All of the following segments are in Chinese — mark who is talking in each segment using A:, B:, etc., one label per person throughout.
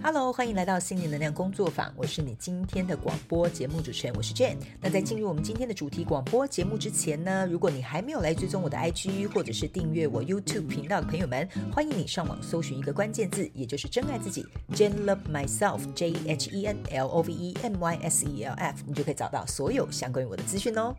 A: Hello， 欢迎来到心灵能量工作坊，我是你今天的广播节目主持人，我是 Jane。那在进入我们今天的主题广播节目之前呢，如果你还没有来追踪我的 IG 或者是订阅我 YouTube 频道的朋友们，欢迎你上网搜寻一个关键字，也就是真爱自己 Jane Love Myself JHENLOVEMYSELF， 你就可以找到所有相关于我的资讯哦。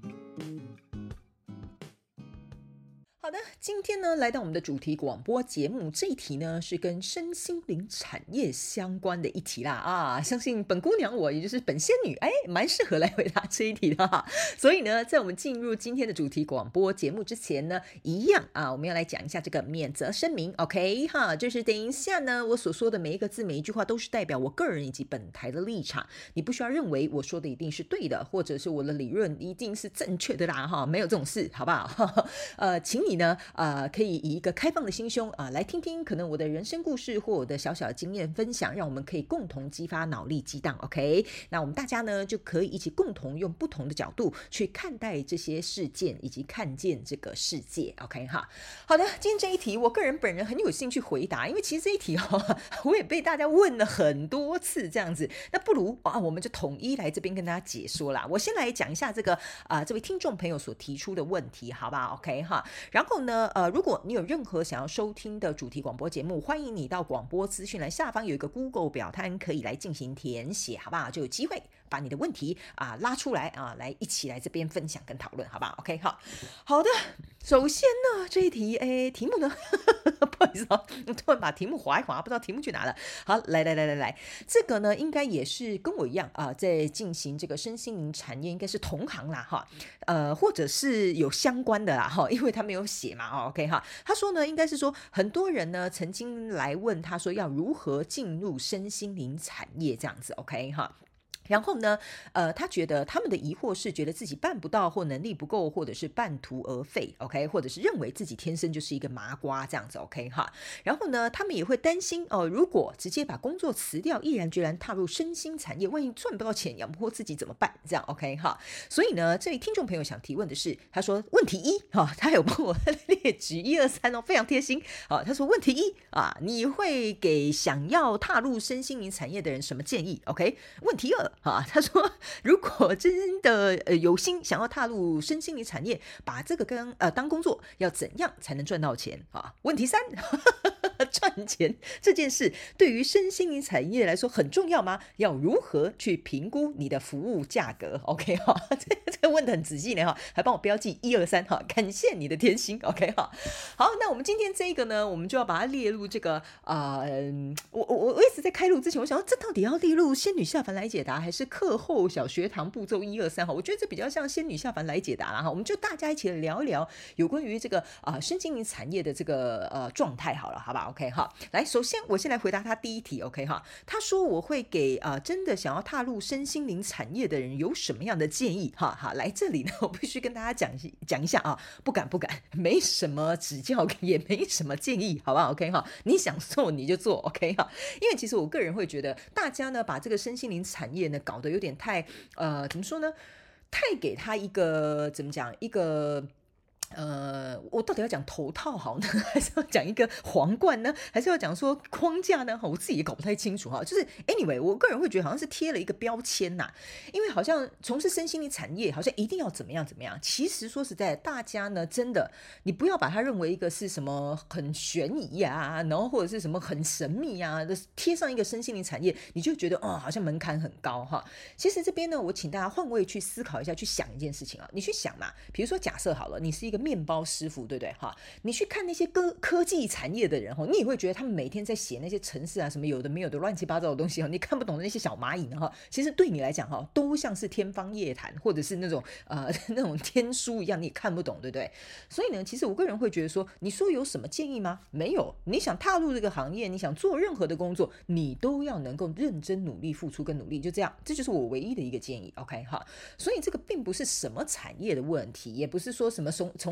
A: 好的，今天呢来到我们的主题广播节目，这一题呢是跟身心灵产业相关的一题啦相信本姑娘我也就是本仙女蛮适合来回答这一题的哈。所以呢在我们进入今天的主题广播节目之前呢，一样我们要来讲一下这个免责声明 OK 哈，就是等一下呢我所说的每一个字每一句话都是代表我个人以及本台的立场，你不需要认为我说的一定是对的，或者是我的理论一定是正确的啦哈，没有这种事好不好请你呢可以以一个开放的心胸来听听可能我的人生故事或我的小小的经验分享，让我们可以共同激发脑力激荡 OK， 那我们大家呢就可以一起共同用不同的角度去看待这些事件以及看见这个世界 OK 哈。好的，今天这一题我个人本人很有兴趣回答，因为其实这一题我也被大家问了很多次这样子，那不如我们就统一来这边跟大家解说啦。我先来讲一下这个这位听众朋友所提出的问题好不好 OK 哈。然后呢如果你有任何想要收听的主题广播节目，欢迎你到广播资讯栏下方有一个 Google 表单可以来进行填写好不好，就有机会把你的问题拉出来来一起来这边分享跟讨论好不好 OK 好的，首先呢这一题题目呢不好意思我突然把题目划一划，不知道题目去哪了。好，来这个呢应该也是跟我一样在进行这个身心灵产业，应该是同行啦或者是有相关的啦因为他没有写嘛OK 他说呢应该是说很多人呢曾经来问他说要如何进入身心灵产业这样子 OK 然后呢他觉得他们的疑惑是觉得自己办不到或能力不够，或者是半途而废 OK， 或者是认为自己天生就是一个麻瓜这样子 OK 然后呢他们也会担心如果直接把工作辞掉，毅然决然踏入身心产业，万一赚不到钱养不活自己怎么办这样 OK 所以呢这位听众朋友想提问的是，他说问题一他有帮我列举1、2、3非常贴心他说问题一你会给想要踏入身心灵产业的人什么建议 OK， 问题二他说如果真的有心想要踏入身心灵产业，把这个当工作，要怎样才能赚到钱问题三赚钱这件事对于身心灵产业来说很重要吗？要如何去评估你的服务价格 OK 这个问得很仔细呢还帮我标记1、2、3感谢你的贴心 OK 好，那我们今天这个呢我们就要把它列入这个我一直在开录之前我想说这到底要列入仙女下凡来解答还是课后小学堂步骤1、2、3我觉得这比较像仙女下凡来解答啦我们就大家一起来聊一聊有关于这个身心灵产业的这个状态好了好吧 OK 来首先我先来回答他第一题 OK 他说我会给真的想要踏入身心灵产业的人有什么样的建议来这里呢我必须跟大家讲一下不敢没什么指教也没什么建议好不好 OK 你想做你就做 OK 因为其实我个人会觉得大家呢把这个身心灵产业呢搞得有点太怎么说呢，太给他一个怎么讲一个我到底要讲头套好呢还是要讲一个皇冠呢，还是要讲说框架呢我自己也搞不太清楚就是 anyway 我个人会觉得好像是贴了一个标签因为好像从事身心灵产业好像一定要怎么样怎么样，其实说实在大家呢真的你不要把它认为一个是什么很悬疑然后或者是什么很神秘贴上一个身心灵产业你就觉得好像门槛很高其实这边呢我请大家换位去思考一下，去想一件事情你去想嘛，比如说假设好了你是一个面包师傅对不对你去看那些科技产业的人你也会觉得他们每天在写那些程式什么有的没有的乱七八糟的东西你看不懂的那些小蚂蚁呢其实对你来讲都像是天方夜谭，或者是那种那种天书一样你也看不懂对不对？所以呢其实我个人会觉得说，你说有什么建议吗？没有，你想踏入这个行业，你想做任何的工作，你都要能够认真努力付出跟努力，就这样，这就是我唯一的一个建议 OK 所以这个并不是什么产业的问题，也不是说什么从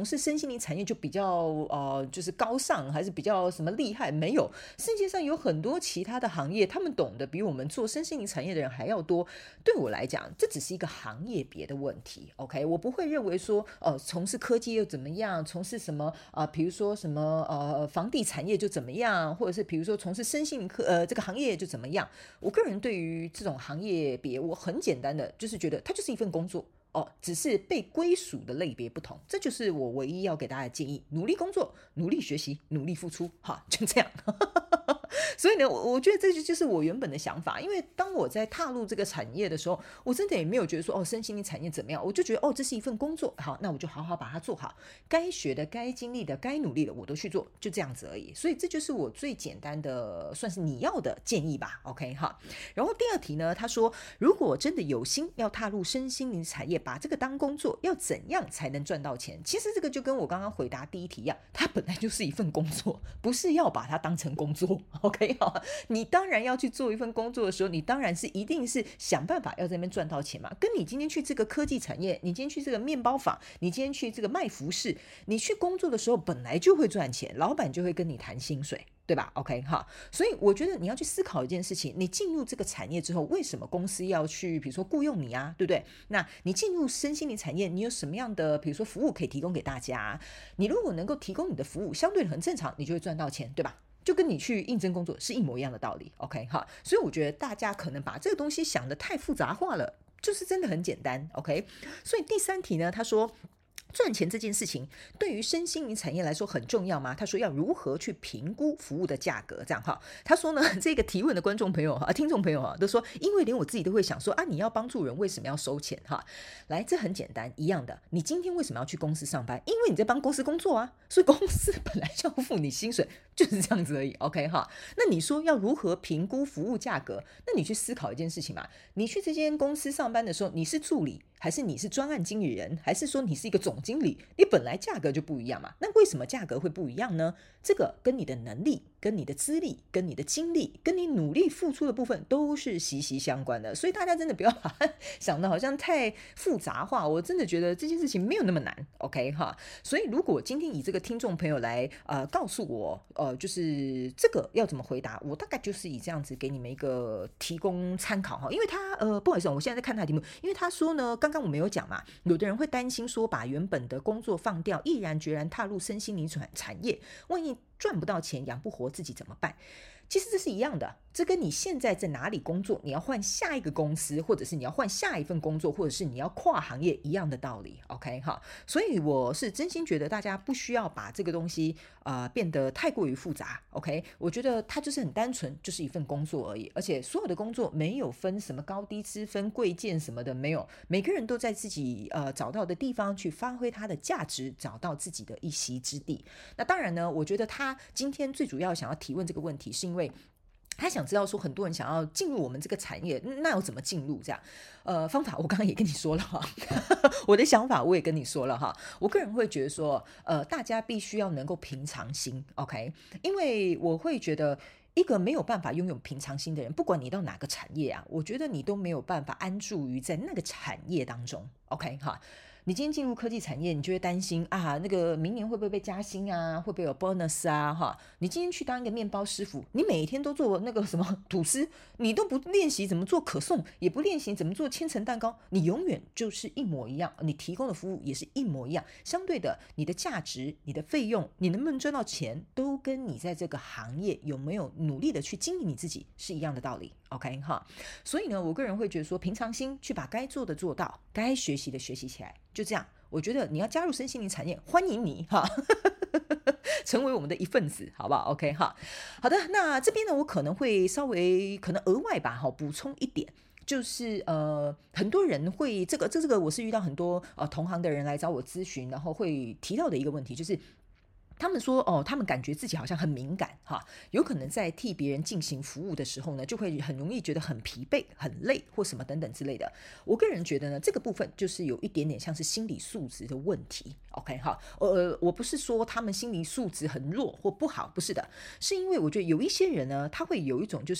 A: 从事身心灵产业就比较就是高尚，还是比较什么厉害？没有，世界上有很多其他的行业，他们懂得比我们做身心灵产业的人还要多。对我来讲，这只是一个行业别的问题。OK， 我不会认为说从事科技又怎么样，从事什么比如说什么房地产业就怎么样，或者是比如说从事身心灵这个行业就怎么样。我个人对于这种行业别，我很简单的就是觉得它就是一份工作。只是被归属的类别不同，这就是我唯一要给大家的建议：努力工作，努力学习，努力付出，哈，就这样。所以呢，我觉得这就是我原本的想法。因为当我在踏入这个产业的时候，我真的也没有觉得说身心灵产业怎么样，我就觉得这是一份工作，好，那我就好好把它做好，该学的、该经历的、该努力的我都去做，就这样子而已。所以这就是我最简单的，算是你要的建议吧。OK 哈。然后第二题呢，他说如果真的有心要踏入身心灵产业，把这个当工作，要怎样才能赚到钱？其实这个就跟我刚刚回答第一题一样，它本来就是一份工作，不是要把它当成工作。OK 好，你当然要去做一份工作的时候，你当然是一定是想办法要在那边赚到钱嘛。跟你今天去这个科技产业，你今天去这个面包坊，你今天去这个卖服饰，你去工作的时候本来就会赚钱，老板就会跟你谈薪水，对吧 ？OK 哈，所以我觉得你要去思考一件事情：你进入这个产业之后，为什么公司要去，比如说雇佣你啊，对不对？那你进入身心灵产业，你有什么样的，比如说服务可以提供给大家？你如果能够提供你的服务，相对很正常，你就会赚到钱，对吧？就跟你去应征工作是一模一样的道理 ，OK 哈。所以我觉得大家可能把这个东西想得太复杂化了，就是真的很简单 ，OK。所以第三题呢，他说，赚钱这件事情对于身心灵产业来说很重要吗？他说要如何去评估服务的价格，这样哈。他说呢，这个提问的观众朋友听众朋友都说，因为连我自己都会想说你要帮助人，为什么要收钱哈？来，这很简单，一样的，你今天为什么要去公司上班？因为你在帮公司工作啊，所以公司本来就要付你薪水，就是这样子而已 ，OK 哈。那你说要如何评估服务价格？那你去思考一件事情嘛，你去这间公司上班的时候，你是助理，还是你是专案经理人，还是说你是一个总经理，你本来价格就不一样嘛。那为什么价格会不一样呢？这个跟你的能力、跟你的资历、跟你的经历、跟你努力付出的部分都是息息相关的。所以大家真的不要把它想的好像太复杂化，我真的觉得这件事情没有那么难 ，OK 哈。所以如果今天以这个听众朋友来告诉我就是这个要怎么回答，我大概就是以这样子给你们一个提供参考哈。因为他不好意思，我现在在看他的题目，因为他说呢，刚刚我们有讲嘛，有的人会担心说把原本的工作放掉，毅然决然踏入身心灵产业，万一赚不到钱，养不活自己怎么办？其实这是一样的，这跟你现在在哪里工作，你要换下一个公司，或者是你要换下一份工作，或者是你要跨行业一样的道理 OK 哈。所以我是真心觉得大家不需要把这个东西变得太过于复杂 OK。 我觉得它就是很单纯，就是一份工作而已，而且所有的工作没有分什么高低之分、贵贱什么的，没有，每个人都在自己找到的地方去发挥他的价值，找到自己的一席之地。那当然呢，我觉得他今天最主要想要提问这个问题，是因为他想知道说，很多人想要进入我们这个产业，那要怎么进入？这样，方法我刚刚也跟你说了哈，我的想法我也跟你说了哈。我个人会觉得说，大家必须要能够平常心 ，OK？ 因为我会觉得，一个没有办法拥有平常心的人，不管你到哪个产业啊，我觉得你都没有办法安住于在那个产业当中 ，OK 哈。你今天进入科技产业，你就会担心那个明年会不会被加薪啊，会不会有 bonus 啊哈。你今天去当一个面包师傅，你每天都做那个什么吐司，你都不练习怎么做可颂，也不练习怎么做千层蛋糕，你永远就是一模一样，你提供的服务也是一模一样。相对的，你的价值、你的费用、你能不能赚到钱，都跟你在这个行业有没有努力的去经营你自己是一样的道理 OK 哈。所以呢，我个人会觉得说，平常心去把该做的做到，该学习的学习起来，就这样。我觉得你要加入身心灵产业，欢迎你哈，成为我们的一份子，好不好 ？OK 哈。好的，那这边呢，我可能会稍微可能额外吧，补充一点。就是很多人会这个我是遇到很多同行的人来找我咨询，然后会提到的一个问题就是，他们说他们感觉自己好像很敏感哈，有可能在替别人进行服务的时候呢，就会很容易觉得很疲惫、很累或什么等等之类的。我个人觉得呢，这个部分就是有一点点像是心理素质的问题。OK 哈，我不是说他们心理素质很弱或不好，不是的，是因为我觉得有一些人呢，他会有一种就是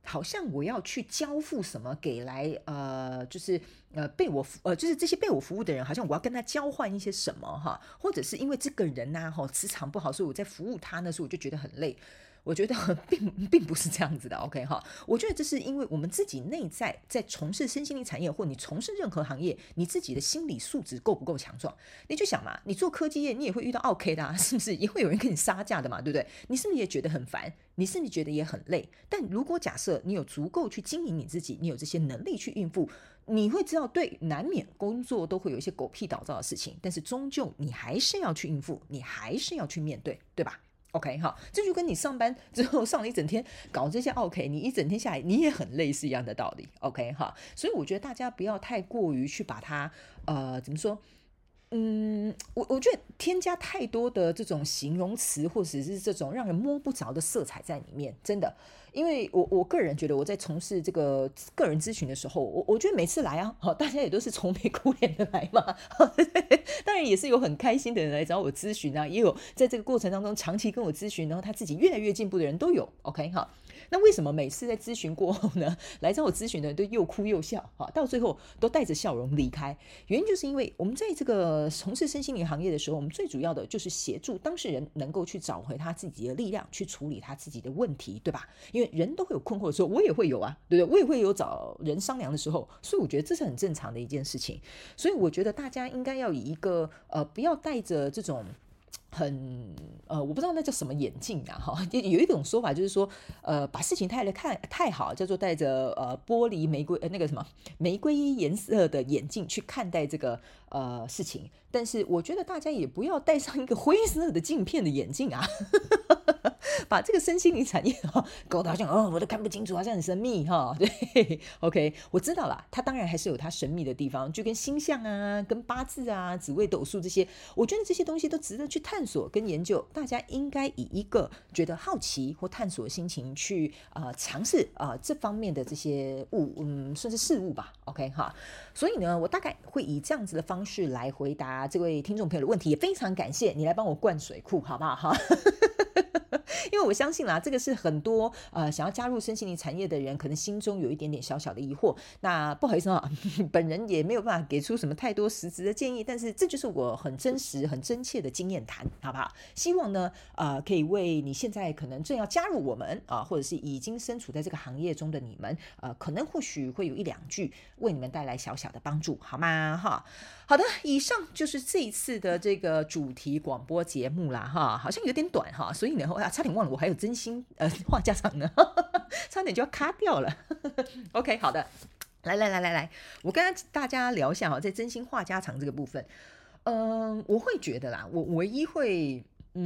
A: 好像我要去交付什么给来就是被我就是这些被我服务的人，好像我要跟他交换一些什么哈，或者是因为这个人呐磁场不好，所以我在服务他呢，所以我就觉得很累。我觉得并不是这样子的 ，OK 哈？我觉得这是因为我们自己内在从事身心灵产业，或你从事任何行业，你自己的心理素质够不够强壮？你就想嘛，你做科技业，你也会遇到 OK 的是不是？也会有人跟你杀价的嘛，对不对？你是不是也觉得很烦？你是不是觉得也很累？但如果假设你有足够去经营你自己，你有这些能力去应付，你会知道，对，难免工作都会有一些狗屁倒灶的事情，但是终究你还是要去应付，你还是要去面对，对吧？OK 哈，这就跟你上班之后上了一整天搞这些 OK， 你一整天下来你也很累是一样的道理 OK 哈，所以我觉得大家不要太过于去把它怎么说？我觉得添加太多的这种形容词，或者是这种让人摸不着的色彩在里面，真的。因为我个人觉得我在从事这个个人咨询的时候，我觉得每次来啊，大家也都是愁眉苦脸的来嘛，当然也是有很开心的人来找我咨询啊，也有在这个过程当中长期跟我咨询，然后他自己越来越进步的人都有 OK 哈。那为什么每次在咨询过后呢，来找我咨询的人都又哭又笑，到最后都带着笑容离开？原因就是因为我们在这个从事身心灵行业的时候，我们最主要的就是协助当事人能够去找回他自己的力量，去处理他自己的问题，对吧？因为人都会有困惑的时候，我也会有啊，对不对？我也会有找人商量的时候，所以我觉得这是很正常的一件事情。所以我觉得大家应该要以一个不要带着这种我不知道那叫什么眼镜啊哈，有一种说法就是说把事情太好，叫做戴着玻璃玫瑰那个什么玫瑰颜色的眼镜去看待这个事情，但是我觉得大家也不要戴上一个灰色的镜片的眼镜啊。把这个身心灵产业搞得好像我都看不清楚，好像很神秘哈。对 ，OK， 我知道啦，它当然还是有它神秘的地方，就跟星象啊、跟八字啊、紫微斗数这些，我觉得这些东西都值得去探索跟研究。大家应该以一个觉得好奇或探索的心情去尝试这方面的这些算是事物吧。OK 哈，所以呢，我大概会以这样子的方式来回答这位听众朋友的问题，也非常感谢你来帮我灌水库，好不好哈？因为我相信啦，这个是很多想要加入身心灵产业的人可能心中有一点点小小的疑惑。那不好意思啊，本人也没有办法给出什么太多实质的建议，但是这就是我很真实很真切的经验谈，好不好？希望呢可以为你现在可能正要加入我们或者是已经身处在这个行业中的你们可能或许会有一两句为你们带来小小的帮助，好吗？哈，好的，以上就是这一次的这个主题广播节目啦，哈，好像有点短哈，所以呢，差点忘了我还有真心话家常呢，差点就要卡掉了。OK， 好的，来，我跟大家聊一下在真心话家常这个部分，我会觉得啦，我唯一会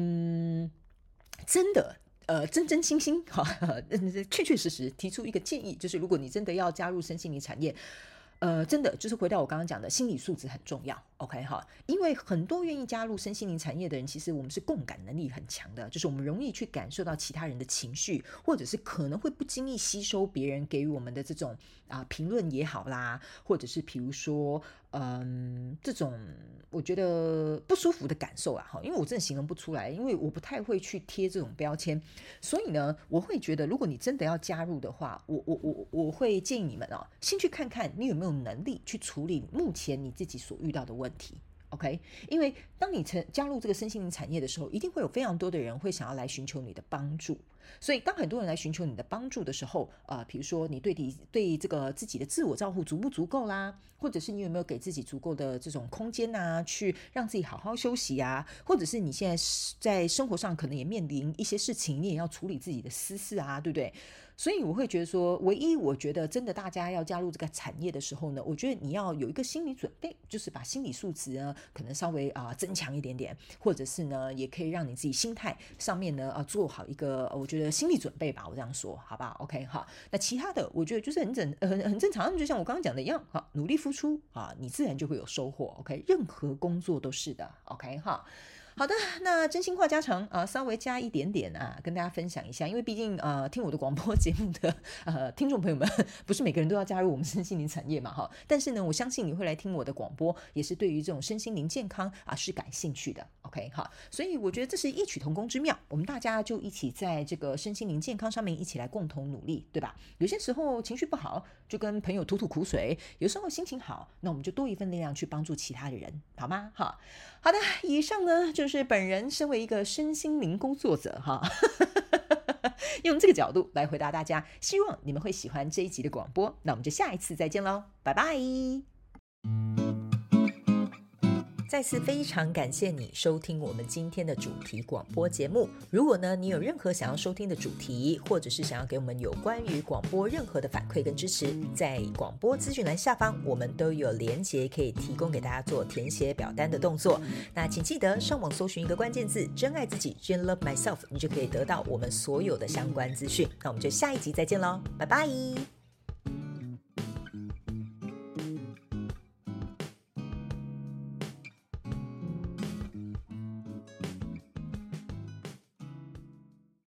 A: 真的。真心确实提出一个建议，就是如果你真的要加入身心灵产业，真的就是回到我刚刚讲的，心理素质很重要 ，OK 哈，因为很多愿意加入身心灵产业的人，其实我们是共感能力很强的，就是我们容易去感受到其他人的情绪，或者是可能会不经意吸收别人给予我们的这种评论也好啦，或者是比如说这种我觉得不舒服的感受啊，因为我真的形容不出来，因为我不太会去贴这种标签，所以呢，我会觉得如果你真的要加入的话，我会建议你们先去看看你有没有能力去处理目前你自己所遇到的问题。OK， 因为当你加入这个身心灵产业的时候，一定会有非常多的人会想要来寻求你的帮助。所以当很多人来寻求你的帮助的时候，比如说你对这个自己的自我照顾足不足够啦，或者是你有没有给自己足够的这种空间啊，去让自己好好休息啊，或者是你现在在生活上可能也面临一些事情，你也要处理自己的私事啊，对不对？所以我会觉得说，唯一我觉得真的大家要加入这个产业的时候呢，我觉得你要有一个心理准备，就是把心理素质呢可能稍微增强一点点，或者是呢也可以让你自己心态上面呢做好一个我觉得心理准备吧，我这样说好不好 ？OK 哈，那其他的我觉得就是很正常，就像我刚刚讲的一样，好，努力付出你自然就会有收获 ，OK， 任何工作都是的 ，OK 哈。好的，那真心话家常稍微加一点点跟大家分享一下，因为毕竟听我的广播节目的听众朋友们，不是每个人都要加入我们身心灵产业嘛哈。但是呢，我相信你会来听我的广播，也是对于这种身心灵健康是感兴趣的。OK。 OK 哈，所以我觉得这是异曲同工之妙，我们大家就一起在这个身心灵健康上面一起来共同努力，对吧？有些时候情绪不好，就跟朋友吐吐苦水；有时候心情好，那我们就多一份力量去帮助其他的人，好吗？哈，好的，以上呢就是本人身为一个身心灵工作者哈。用这个角度来回答大家，希望你们会喜欢这一集的广播。那我们就下一次再见喽，拜拜。再次非常感谢你收听我们今天的主题广播节目。如果呢你有任何想要收听的主题，或者是想要给我们有关于广播任何的反馈跟支持，在广播资讯栏下方我们都有连结可以提供给大家做填写表单的动作。那请记得上网搜寻一个关键字真爱自己 Jen Love Myself， 你就可以得到我们所有的相关资讯。那我们就下一集再见咯，拜拜。